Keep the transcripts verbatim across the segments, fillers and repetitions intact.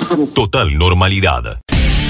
Total normalidad.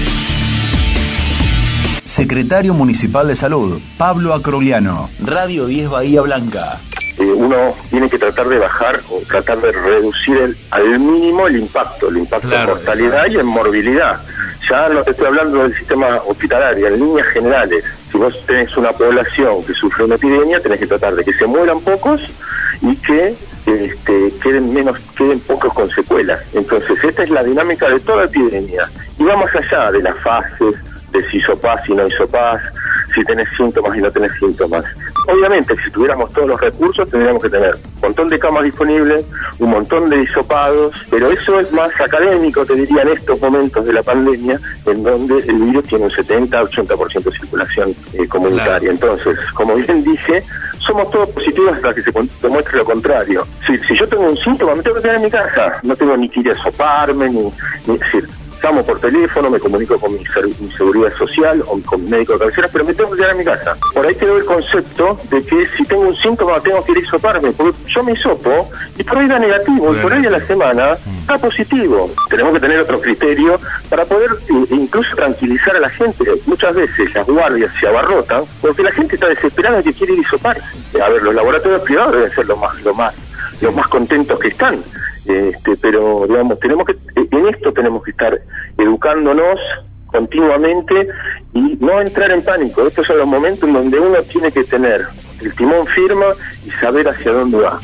Secretario Municipal de Salud, Pablo Acrogliano, Radio diez Bahía Blanca. Eh, uno tiene que tratar de bajar o tratar de reducir el, al mínimo el impacto, el impacto claro, en mortalidad exacto. y en morbilidad. Ya no te estoy hablando del sistema hospitalario, en líneas generales. Si vos tenés una población que sufre una epidemia, tenés que tratar de que se mueran pocos y que este, queden menos, queden pocos con secuelas. Entonces, esta es la dinámica de toda epidemia. Y va más allá de las fases, de si hisopás y no hisopás, si tenés síntomas y no tenés síntomas. Obviamente, si tuviéramos todos los recursos, tendríamos que tener un montón de camas disponibles, un montón de hisopados, pero eso es más académico, te diría, en estos momentos de la pandemia, en donde el virus tiene un setenta a ochenta por ciento de circulación eh, comunitaria. Claro. Entonces, como bien dije, somos todos positivos hasta que se demuestre lo contrario. Si, si yo tengo un síntoma, me tengo que quedar en mi casa, no tengo ni que ir a soparme, ni, ni decir, llamo por teléfono, me comunico con mi, mi seguridad social o con mi médico de cabecera, pero me tengo que quedar en mi casa. Por ahí quedó el concepto de que si tengo un síntoma tengo que ir a hisoparme, porque yo me hisopo y por ahí da negativo, bueno. y por ahí a la semana da positivo. Tenemos que tener otro criterio para poder eh, incluso tranquilizar a la gente. Muchas veces las guardias se abarrotan porque la gente está desesperada que quiere ir a hisoparse. A ver, los laboratorios privados deben ser lo más, lo más, los más contentos que están. Este, pero digamos, tenemos que, en esto tenemos que estar educándonos continuamente y no entrar en pánico. Estos son los momentos en donde uno tiene que tener el timón firme y saber hacia dónde va.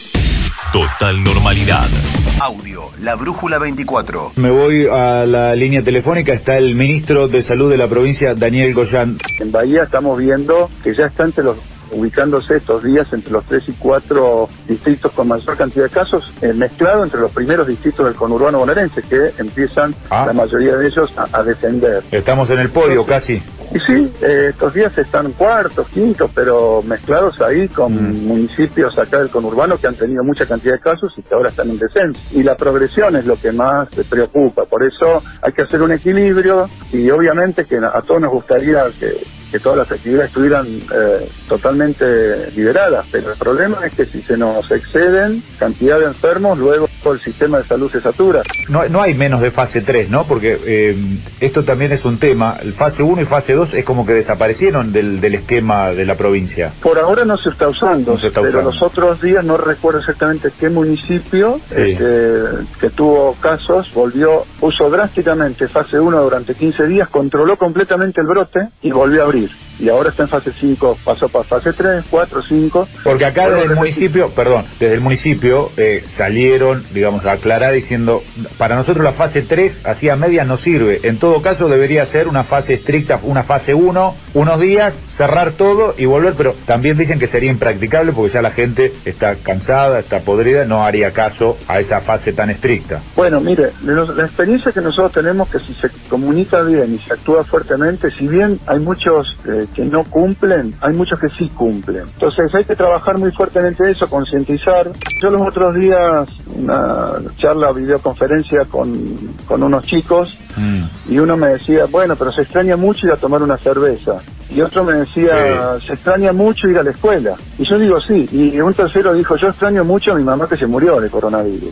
Total normalidad. Audio, La Brújula veinticuatro. Me voy a la línea telefónica, está el ministro de Salud de la provincia, Daniel Goyan. En Bahía estamos viendo que ya está entre los ubicándose estos días entre los tres y cuatro distritos con mayor cantidad de casos, eh, mezclado entre los primeros distritos del conurbano bonaerense, que empiezan ah. la mayoría de ellos a, a descender. Estamos en el podio Entonces, casi. Y sí, eh, estos días están cuartos, quintos, pero mezclados ahí con mm. municipios acá del conurbano que han tenido mucha cantidad de casos y que ahora están en descenso. Y la progresión es lo que más te preocupa, por eso hay que hacer un equilibrio y obviamente que a todos nos gustaría que que todas las actividades estuvieran eh, totalmente liberadas, pero el problema es que si se nos exceden cantidad de enfermos, luego el sistema de salud se satura. No, no hay menos de fase tres, ¿no? Porque eh, esto también es un tema. El fase uno y fase dos es como que desaparecieron del, del esquema de la provincia. Por ahora no se está usando, no se está pero usando. Los otros días no recuerdo exactamente qué municipio sí. este, que tuvo casos, volvió, puso drásticamente fase uno durante quince días, controló completamente el brote y volvió a abrir. Y ahora está en fase cinco, pasó para fase tres, cuatro, cinco. Porque acá desde el municipio, perdón, desde el municipio eh, salieron, digamos, a aclarar diciendo, para nosotros la fase tres, así a medias no sirve. En todo caso debería ser una fase estricta, una fase uno, unos días, cerrar todo y volver, pero también dicen que sería impracticable porque ya la gente está cansada, está podrida, no haría caso a esa fase tan estricta. Bueno, mire, la experiencia que nosotros tenemos que si se comunica bien y se actúa fuertemente, si bien hay muchos eh, que no cumplen, hay muchos que sí cumplen. Entonces hay que trabajar muy fuertemente eso, concientizar. Yo los otros días, una charla, videoconferencia con, con unos chicos, mm. y uno me decía, bueno, pero se extraña mucho ir a tomar una cerveza. Y otro me decía, sí. se extraña mucho ir a la escuela. Y yo digo, sí. Y un tercero dijo, yo extraño mucho a mi mamá que se murió de coronavirus.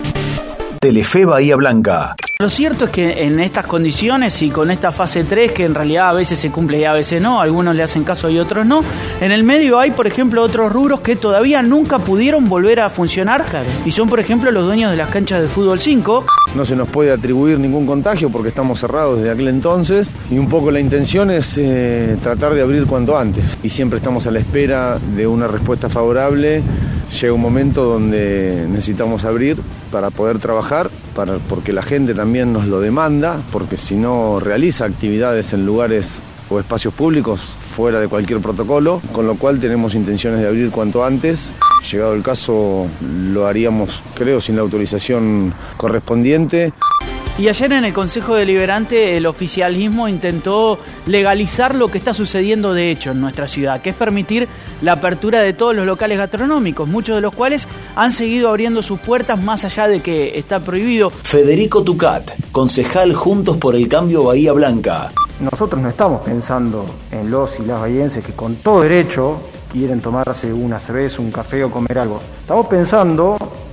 Telefe Bahía Blanca. Lo cierto es que en estas condiciones y con esta fase tres, que en realidad a veces se cumple y a veces no, algunos le hacen caso y otros no, en el medio hay, por ejemplo, otros rubros que todavía nunca pudieron volver a funcionar, claro. y son, por ejemplo, los dueños de las canchas de fútbol cinco. No se nos puede atribuir ningún contagio porque estamos cerrados desde aquel entonces y un poco la intención es eh, tratar de abrir cuanto antes y siempre estamos a la espera de una respuesta favorable. Llega un momento donde necesitamos abrir para poder trabajar, para, porque la gente también nos lo demanda, porque si no realiza actividades en lugares o espacios públicos fuera de cualquier protocolo, con lo cual tenemos intenciones de abrir cuanto antes. Llegado el caso, lo haríamos, creo, sin la autorización correspondiente. Y ayer en el Consejo Deliberante el oficialismo intentó legalizar lo que está sucediendo de hecho en nuestra ciudad, que es permitir la apertura de todos los locales gastronómicos, muchos de los cuales han seguido abriendo sus puertas más allá de que está prohibido. Federico Tucat, concejal Juntos por el Cambio Bahía Blanca. Nosotros no estamos pensando en los y las bahienses que con todo derecho quieren tomarse una cerveza, un café o comer algo. Estamos pensando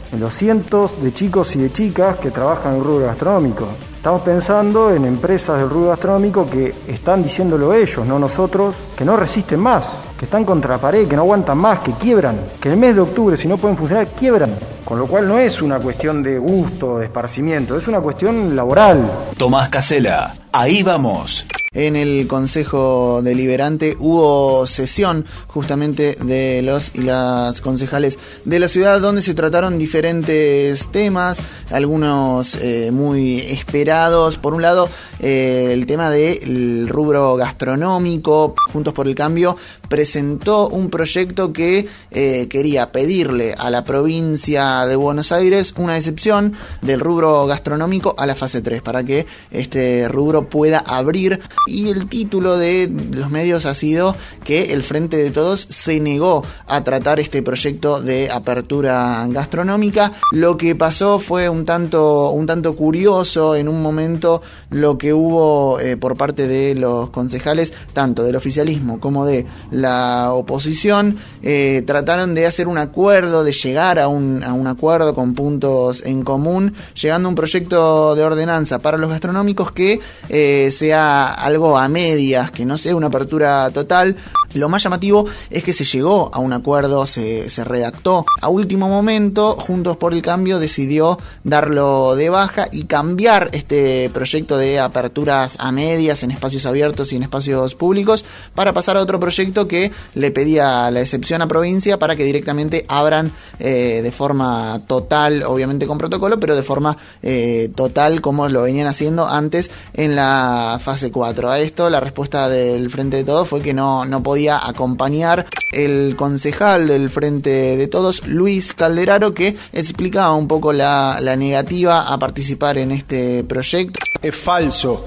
en los cientos de chicos y de chicas que trabajan en el rubro gastronómico. Estamos pensando en empresas del rubro gastronómico que están diciéndolo ellos, no nosotros, que no resisten más, que están contra la pared, que no aguantan más, que quiebran, que en el mes de octubre, si no pueden funcionar, quiebran. Con lo cual no es una cuestión de gusto, de esparcimiento, es una cuestión laboral. Tomás Casela, ahí vamos. En el Consejo Deliberante hubo sesión justamente de los y las concejales de la ciudad, donde se trataron diferentes temas, algunos eh, muy esperados. Por un lado, eh, el tema del rubro gastronómico. Juntos por el Cambio presentó un proyecto que eh, quería pedirle a la provincia de Buenos Aires una excepción del rubro gastronómico a la fase tres para que este rubro pueda abrir. Y el título de los medios ha sido que el Frente de Todos se negó a tratar este proyecto de apertura gastronómica. Lo que pasó fue un tanto, un tanto curioso en un momento. Lo que hubo eh, por parte de los concejales, tanto del oficialismo como de la oposición, eh, trataron de hacer un acuerdo, de llegar a un, a un acuerdo con puntos en común, llegando a un proyecto de ordenanza para los gastronómicos que eh, sea algo a medias, que no sea una apertura total. Lo más llamativo es que se llegó a un acuerdo, se, se redactó a último momento. Juntos por el Cambio decidió darlo de baja y cambiar este proyecto de aperturas a medias en espacios abiertos y en espacios públicos para pasar a otro proyecto que le pedía la excepción a provincia para que directamente abran eh, de forma total, obviamente con protocolo, pero de forma eh, total como lo venían haciendo antes en la fase cuatro. A esto la respuesta del Frente de Todos fue que no, no podía acompañar. El concejal del Frente de Todos, Luis Calderaro, que explicaba un poco la, la negativa a participar en este proyecto. Es falso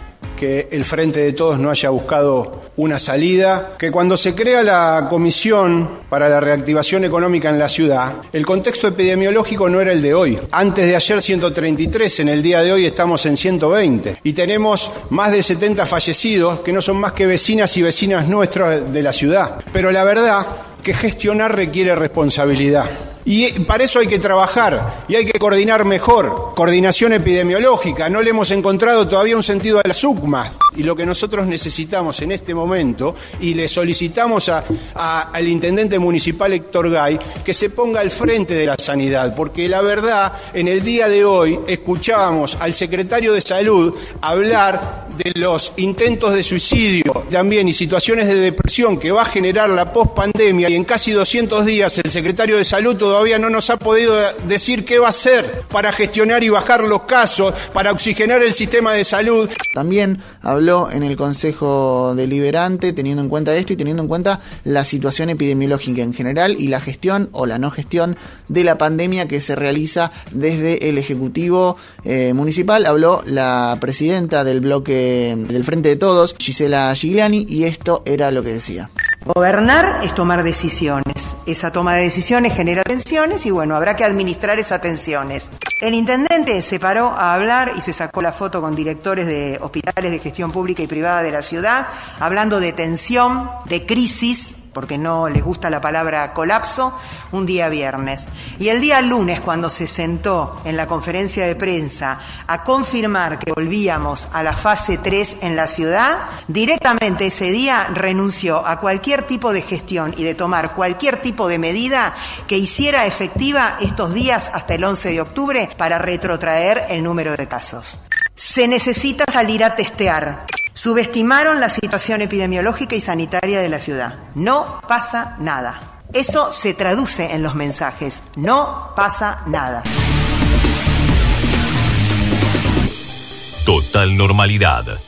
que el Frente de Todos no haya buscado una salida, que cuando se crea la Comisión para la Reactivación Económica en la ciudad, el contexto epidemiológico no era el de hoy. Antes de ayer ciento treinta y tres, en el día de hoy estamos en ciento veinte y tenemos más de setenta fallecidos que no son más que vecinas y vecinas nuestras de la ciudad. Pero la verdad que gestionar requiere responsabilidad. Y para eso hay que trabajar y hay que coordinar mejor. Coordinación epidemiológica, no le hemos encontrado todavía un sentido a la SUCMA. Y lo que nosotros necesitamos en este momento, y le solicitamos a, a, al intendente municipal Héctor Gay, que se ponga al frente de la sanidad, porque la verdad, en el día de hoy escuchábamos al secretario de Salud hablar de los intentos de suicidio también y situaciones de depresión que va a generar la pospandemia, y en casi doscientos días el secretario de Salud todavía no nos ha podido decir qué va a hacer para gestionar y bajar los casos, para oxigenar el sistema de salud. También habló en el Consejo Deliberante, teniendo en cuenta esto y teniendo en cuenta la situación epidemiológica en general y la gestión o la no gestión de la pandemia que se realiza desde el Ejecutivo eh, Municipal. Habló la presidenta del bloque del Frente de Todos, Gisela Gigliani, y esto era lo que decía. Gobernar es tomar decisiones. Esa toma de decisiones genera tensiones y bueno, habrá que administrar esas tensiones. El intendente se paró a hablar y se sacó la foto con directores de hospitales de gestión pública y privada de la ciudad, hablando de tensión, de crisis, porque no les gusta la palabra colapso, un día viernes. Y el día lunes, cuando se sentó en la conferencia de prensa a confirmar que volvíamos a la fase tres en la ciudad, directamente ese día renunció a cualquier tipo de gestión y de tomar cualquier tipo de medida que hiciera efectiva estos días hasta el once de octubre para retrotraer el número de casos. Se necesita salir a testear. Subestimaron la situación epidemiológica y sanitaria de la ciudad. No pasa nada. Eso se traduce en los mensajes. No pasa nada. Total normalidad.